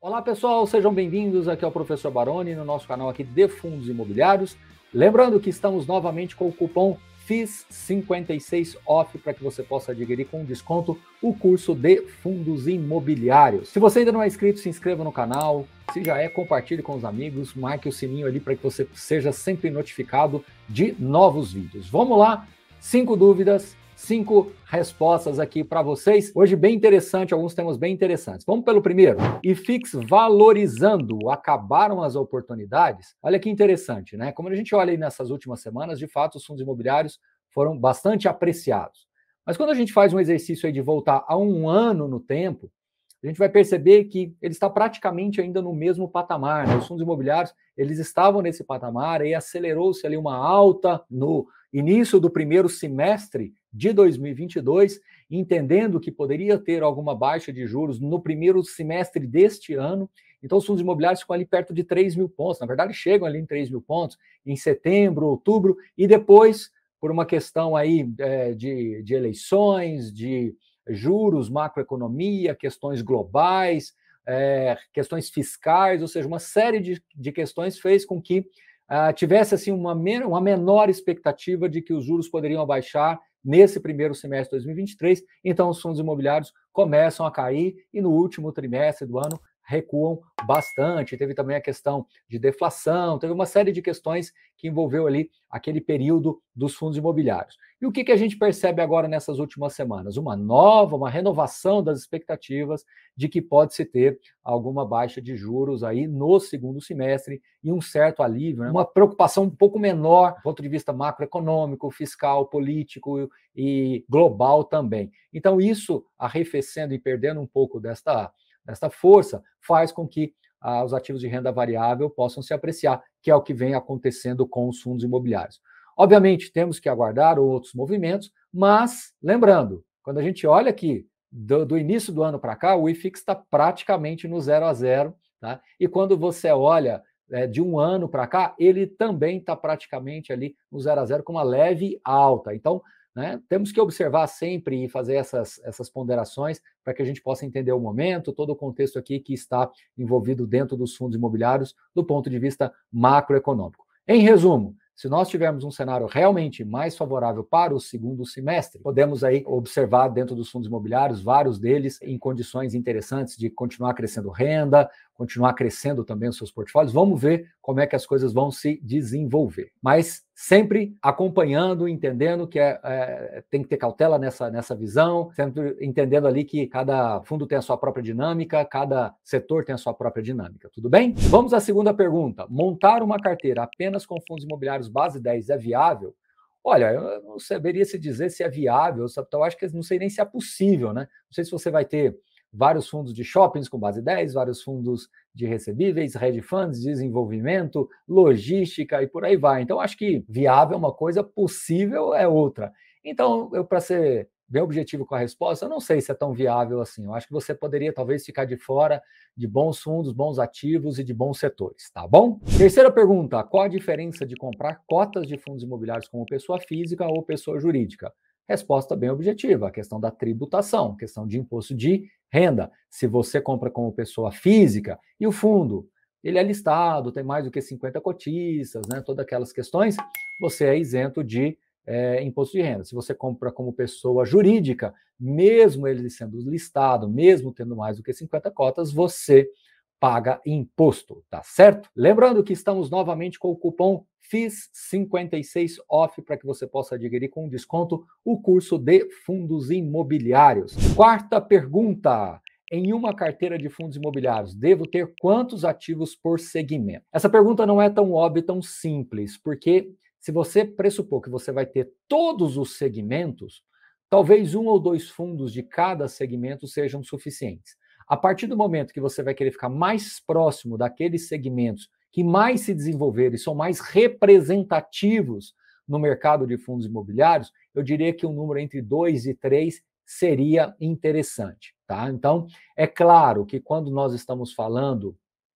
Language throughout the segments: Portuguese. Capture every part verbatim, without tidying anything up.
Olá pessoal, sejam bem-vindos aqui ao Professor Baroni no nosso canal aqui de Fundos Imobiliários. Lembrando que estamos novamente com o cupom F I S cinquenta e seis off para que você possa adquirir com desconto o curso de Fundos Imobiliários. Se você ainda não é inscrito, se inscreva no canal. Se já é, compartilhe com os amigos, marque o sininho ali para que você seja sempre notificado de novos vídeos. Vamos lá, cinco dúvidas, cinco respostas aqui para vocês. Hoje bem interessante, alguns temas bem interessantes. Vamos pelo primeiro. I F I X valorizando, acabaram as oportunidades? Olha que interessante, né? Como a gente olha aí nessas últimas semanas, de fato, os fundos imobiliários foram bastante apreciados. Mas quando a gente faz um exercício aí de voltar a um ano no tempo, a gente vai perceber que ele está praticamente ainda no mesmo patamar, né? Os fundos imobiliários, eles estavam nesse patamar e acelerou-se ali uma alta no início do primeiro semestre de dois mil e vinte e dois, entendendo que poderia ter alguma baixa de juros no primeiro semestre deste ano. Então, os fundos imobiliários ficam ali perto de três mil pontos. Na verdade, chegam ali em três mil pontos em setembro, outubro, e depois, por uma questão aí é, de, de eleições, de juros, macroeconomia, questões globais, é, questões fiscais, ou seja, uma série de, de questões fez com que uh, tivesse assim uma, uma menor expectativa de que os juros poderiam abaixar nesse primeiro semestre de dois mil e vinte e três. Então, os fundos imobiliários começam a cair e no último trimestre do ano recuam bastante. Teve também a questão de deflação, teve uma série de questões que envolveu ali aquele período dos fundos imobiliários. E o que, que a gente percebe agora nessas últimas semanas? Uma nova, uma renovação das expectativas de que pode-se ter alguma baixa de juros aí no segundo semestre e um certo alívio, né? Uma preocupação um pouco menor do ponto de vista macroeconômico, fiscal, político e global também. Então, isso arrefecendo e perdendo um pouco desta Esta força faz com que ah, os ativos de renda variável possam se apreciar, que é o que vem acontecendo com os fundos imobiliários. Obviamente, temos que aguardar outros movimentos, mas, lembrando, quando a gente olha aqui do, do início do ano para cá, o I F I X está praticamente no zero a zero, tá? E quando você olha é, de um ano para cá, ele também está praticamente ali no zero a zero com uma leve alta. Então, né, temos que observar sempre e fazer essas, essas ponderações para que a gente possa entender o momento, todo o contexto aqui que está envolvido dentro dos fundos imobiliários do ponto de vista macroeconômico. Em resumo, se nós tivermos um cenário realmente mais favorável para o segundo semestre, podemos aí observar dentro dos fundos imobiliários, vários deles em condições interessantes de continuar crescendo renda, continuar crescendo também os seus portfólios. Vamos ver como é que as coisas vão se desenvolver. Mas sempre acompanhando, entendendo que é, é, tem que ter cautela nessa, nessa visão, sempre entendendo ali que cada fundo tem a sua própria dinâmica, cada setor tem a sua própria dinâmica, tudo bem? Vamos à segunda pergunta. Montar uma carteira apenas com fundos imobiliários base dez é viável? Olha, eu não saberia se dizer se é viável, eu acho que não sei nem se é possível, né? Não sei se você vai ter vários fundos de shoppings com base dez, vários fundos de recebíveis, hedge funds, desenvolvimento, logística e por aí vai. Então, acho que viável é uma coisa, possível é outra. Então, eu para ser bem objetivo com a resposta, eu não sei se é tão viável assim. Eu acho que você poderia talvez ficar de fora de bons fundos, bons ativos e de bons setores, tá bom? Terceira pergunta, qual a diferença de comprar cotas de fundos imobiliários como pessoa física ou pessoa jurídica? Resposta bem objetiva, a questão da tributação, questão de imposto de renda. Se você compra como pessoa física e o fundo, ele é listado, tem mais do que cinquenta cotistas, né, todas aquelas questões, você é isento de é, imposto de renda. Se você compra como pessoa jurídica, mesmo ele sendo listado, mesmo tendo mais do que cinquenta cotas, você paga imposto, tá certo? Lembrando que estamos novamente com o cupom F I S cinquenta e seis off para que você possa adquirir com desconto o curso de fundos imobiliários. Quarta pergunta. Em uma carteira de fundos imobiliários, devo ter quantos ativos por segmento? Essa pergunta não é tão óbvia, tão simples, porque se você pressupor que você vai ter todos os segmentos, talvez um ou dois fundos de cada segmento sejam suficientes. A partir do momento que você vai querer ficar mais próximo daqueles segmentos que mais se desenvolveram e são mais representativos no mercado de fundos imobiliários, eu diria que um número entre dois e três seria interessante, tá? Então, é claro que quando nós estamos falando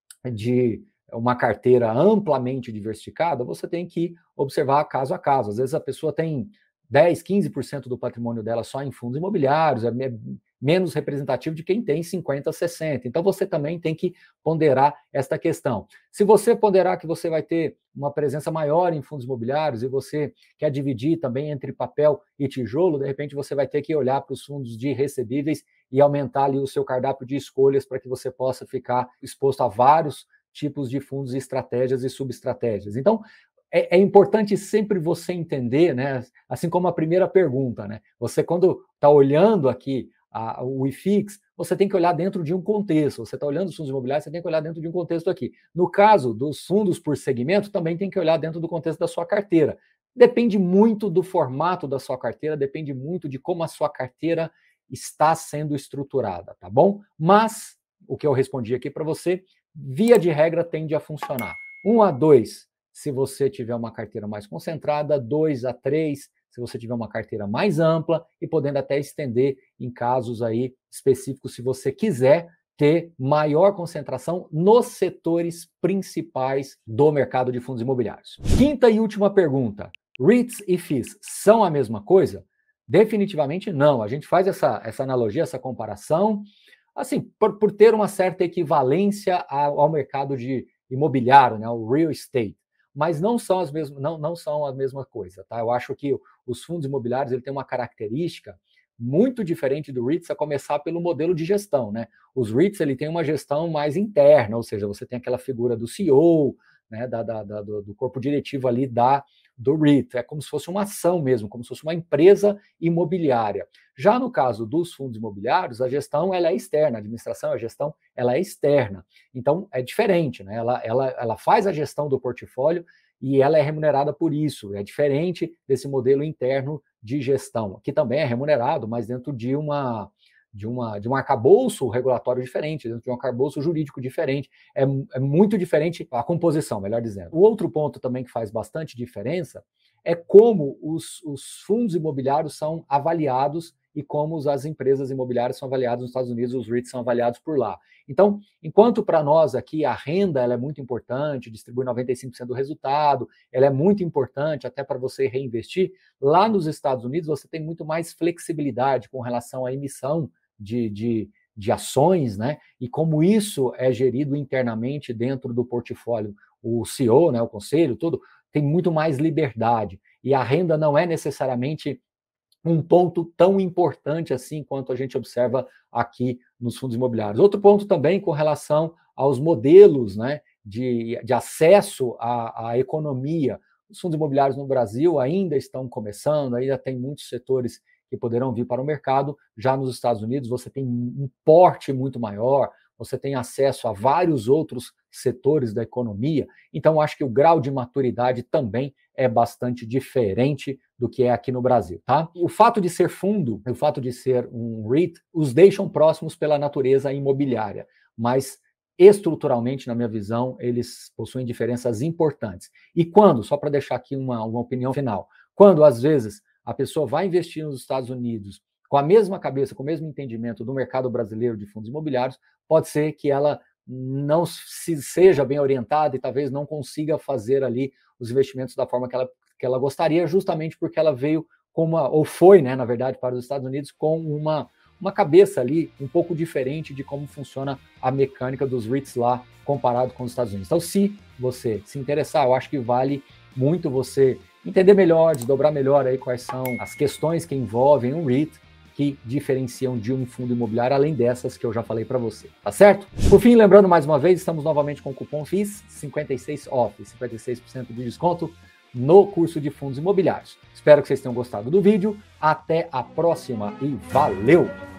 de uma carteira amplamente diversificada, você tem que observar caso a caso. Às vezes a pessoa tem dez, quinze por cento do patrimônio dela só em fundos imobiliários, é menos representativo de quem tem cinquenta, sessenta. Então você também tem que ponderar esta questão. Se você ponderar que você vai ter uma presença maior em fundos imobiliários e você quer dividir também entre papel e tijolo, de repente você vai ter que olhar para os fundos de recebíveis e aumentar ali o seu cardápio de escolhas para que você possa ficar exposto a vários tipos de fundos, estratégias e subestratégias. Então, é, é importante sempre você entender, né? Assim como a primeira pergunta, né? Você, quando está olhando aqui a, o I F I X, você tem que olhar dentro de um contexto. Você está olhando os fundos imobiliários, você tem que olhar dentro de um contexto aqui. No caso dos fundos por segmento, também tem que olhar dentro do contexto da sua carteira. Depende muito do formato da sua carteira, depende muito de como a sua carteira está sendo estruturada, tá bom? Mas, o que eu respondi aqui para você, via de regra tende a funcionar. um a dois, se você tiver uma carteira mais concentrada, dois a três, se você tiver uma carteira mais ampla, e podendo até estender em casos aí específicos, se você quiser ter maior concentração nos setores principais do mercado de fundos imobiliários. Quinta e última pergunta: REITs e F I Is são a mesma coisa? Definitivamente não. A gente faz essa, essa analogia, essa comparação, assim, por, por ter uma certa equivalência ao, ao mercado de imobiliário, né, o real estate, mas não são as mesmas, não, não são a mesma coisa, tá? Eu acho que os fundos imobiliários ele tem uma característica muito diferente do REITs, a começar pelo modelo de gestão, né? Os REITs ele tem uma gestão mais interna, ou seja, você tem aquela figura do C E O, né, da, da, da, do corpo diretivo ali da do REIT, é como se fosse uma ação mesmo, como se fosse uma empresa imobiliária. Já no caso dos fundos imobiliários, a gestão ela é externa, a administração, a gestão ela é externa. Então é diferente, né? Ela, ela, ela faz a gestão do portfólio e ela é remunerada por isso. É diferente desse modelo interno de gestão, que também é remunerado, mas dentro de uma de, uma, de um arcabouço regulatório diferente, dentro de um arcabouço jurídico diferente. É, é muito diferente a composição, melhor dizendo. O outro ponto também que faz bastante diferença é como os, os fundos imobiliários são avaliados e como as empresas imobiliárias são avaliadas nos Estados Unidos, os REITs são avaliados por lá. Então, enquanto para nós aqui a renda ela é muito importante, distribui noventa e cinco por cento do resultado, ela é muito importante até para você reinvestir, lá nos Estados Unidos você tem muito mais flexibilidade com relação à emissão de, de, de ações, né? E como isso é gerido internamente dentro do portfólio, o C E O, né, o conselho, tudo, tem muito mais liberdade. E a renda não é necessariamente um ponto tão importante assim quanto a gente observa aqui nos fundos imobiliários. Outro ponto também com relação aos modelos, né, de, de acesso à, à economia. Os fundos imobiliários no Brasil ainda estão começando, ainda tem muitos setores que poderão vir para o mercado. Já nos Estados Unidos você tem um porte muito maior, você tem acesso a vários outros setores da economia, então acho que o grau de maturidade também é bastante diferente do que é aqui no Brasil, tá? O fato de ser fundo, o fato de ser um REIT, os deixam próximos pela natureza imobiliária, mas estruturalmente, na minha visão, eles possuem diferenças importantes. E quando, só para deixar aqui uma, uma opinião final, quando às vezes a pessoa vai investir nos Estados Unidos com a mesma cabeça, com o mesmo entendimento do mercado brasileiro de fundos imobiliários, pode ser que ela não se, seja bem orientada e talvez não consiga fazer ali os investimentos da forma que ela, que ela gostaria, justamente porque ela veio com uma, ou foi, né, na verdade, para os Estados Unidos com uma, uma cabeça ali um pouco diferente de como funciona a mecânica dos REITs lá comparado com os Estados Unidos. Então, se você se interessar, eu acho que vale muito você entender melhor, desdobrar melhor aí quais são as questões que envolvem um REIT, que diferenciam de um fundo imobiliário, além dessas que eu já falei para você, tá certo? Por fim, lembrando mais uma vez, estamos novamente com o cupom F I S cinquenta e seis off, cinquenta e seis por cento de desconto no curso de fundos imobiliários. Espero que vocês tenham gostado do vídeo, até a próxima e valeu!